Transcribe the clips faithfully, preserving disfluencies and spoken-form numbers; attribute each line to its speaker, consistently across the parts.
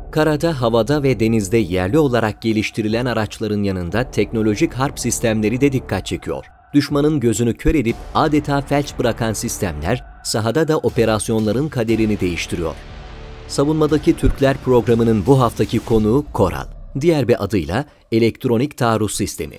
Speaker 1: Karada, havada ve denizde yerli olarak geliştirilen araçların yanında teknolojik harp sistemleri de dikkat çekiyor. Düşmanın gözünü kör edip adeta felç bırakan sistemler, sahada da operasyonların kaderini değiştiriyor. Savunmadaki Türkler programının bu haftaki konuğu Koral. Diğer bir adıyla elektronik taarruz sistemi.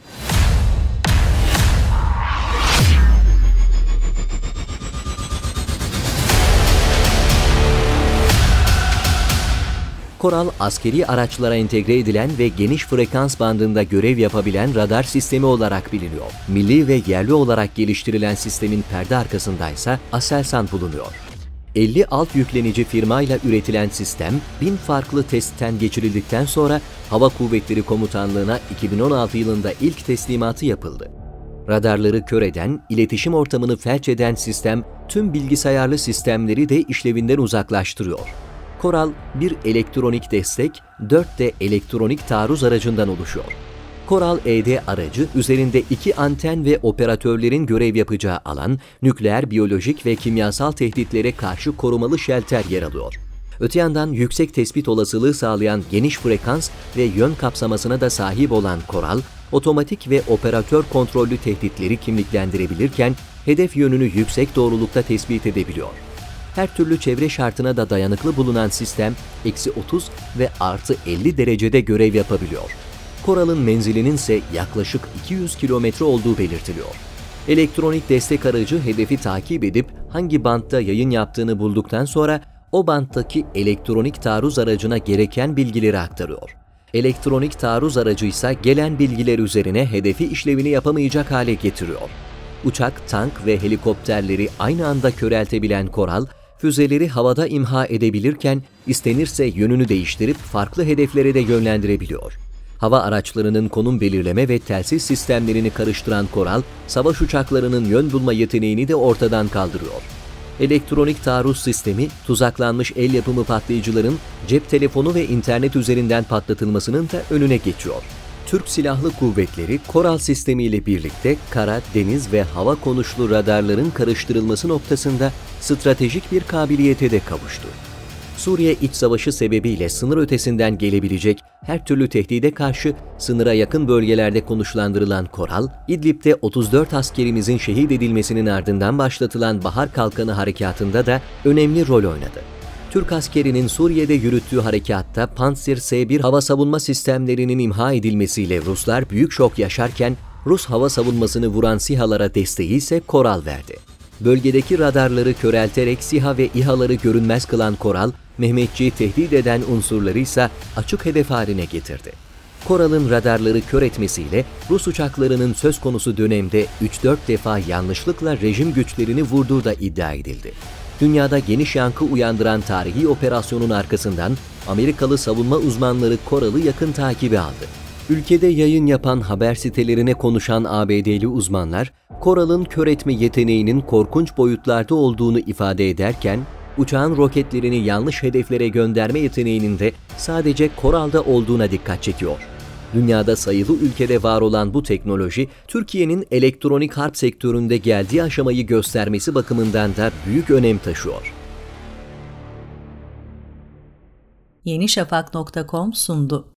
Speaker 1: Koral, askeri araçlara entegre edilen ve geniş frekans bandında görev yapabilen radar sistemi olarak biliniyor. Milli ve yerli olarak geliştirilen sistemin perde arkasındaysa Aselsan bulunuyor. elli alt yüklenici firmayla üretilen sistem, bin farklı testten geçirildikten sonra Hava Kuvvetleri Komutanlığı'na iki bin on altı yılında ilk teslimatı yapıldı. Radarları kör eden, iletişim ortamını felç eden sistem, tüm bilgisayarlı sistemleri de işlevinden uzaklaştırıyor. Koral, bir elektronik destek, dört de elektronik taarruz aracından oluşuyor. Koral E D aracı, üzerinde iki anten ve operatörlerin görev yapacağı alan, nükleer, biyolojik ve kimyasal tehditlere karşı korumalı şelter yer alıyor. Öte yandan yüksek tespit olasılığı sağlayan geniş frekans ve yön kapsamasına da sahip olan Koral, otomatik ve operatör kontrollü tehditleri kimliklendirebilirken, hedef yönünü yüksek doğrulukta tespit edebiliyor. Her türlü çevre şartına da dayanıklı bulunan sistem, eksi otuz ve artı elli derecede görev yapabiliyor. Koral'ın menzilinin ise yaklaşık iki yüz kilometre olduğu belirtiliyor. Elektronik destek aracı hedefi takip edip hangi bantta yayın yaptığını bulduktan sonra o banttaki elektronik taarruz aracına gereken bilgileri aktarıyor. Elektronik taarruz aracı ise gelen bilgiler üzerine hedefi işlevini yapamayacak hale getiriyor. Uçak, tank ve helikopterleri aynı anda köreltebilen Koral, füzeleri havada imha edebilirken istenirse yönünü değiştirip farklı hedeflere de yönlendirebiliyor. Hava araçlarının konum belirleme ve telsiz sistemlerini karıştıran Koral, savaş uçaklarının yön bulma yeteneğini de ortadan kaldırıyor. Elektronik taarruz sistemi, tuzaklanmış el yapımı patlayıcıların cep telefonu ve internet üzerinden patlatılmasının da önüne geçiyor. Türk Silahlı Kuvvetleri, Koral sistemiyle birlikte kara, deniz ve hava konuşlu radarların karıştırılması noktasında stratejik bir kabiliyete de kavuştu. Suriye iç savaşı sebebiyle sınır ötesinden gelebilecek her türlü tehdide karşı sınıra yakın bölgelerde konuşlandırılan Koral, İdlib'de otuz dört askerimizin şehit edilmesinin ardından başlatılan Bahar Kalkanı harekatında da önemli rol oynadı. Türk askerinin Suriye'de yürüttüğü harekatta Pantsir S bir hava savunma sistemlerinin imha edilmesiyle Ruslar büyük şok yaşarken, Rus hava savunmasını vuran SİHA'lara desteği ise Koral verdi. Bölgedeki radarları körelterek SİHA ve İHA'ları görünmez kılan Koral, Mehmetçiği tehdit eden unsurları ise açık hedef haline getirdi. Koral'ın radarları kör etmesiyle Rus uçaklarının söz konusu dönemde üç dört defa yanlışlıkla rejim güçlerini vurduğu da iddia edildi. Dünyada geniş yankı uyandıran tarihi operasyonun arkasından Amerikalı savunma uzmanları Koral'ı yakın takibe aldı. Ülkede yayın yapan haber sitelerine konuşan A B D'li uzmanlar, Koral'ın kör etme yeteneğinin korkunç boyutlarda olduğunu ifade ederken, uçağın roketlerini yanlış hedeflere gönderme yeteneğinin de sadece Koral'da olduğuna dikkat çekiyor. Dünyada sayılı ülkede var olan bu teknoloji, Türkiye'nin elektronik harp sektöründe geldiği aşamayı göstermesi bakımından da büyük önem taşıyor.
Speaker 2: Yenişafak nokta com sundu.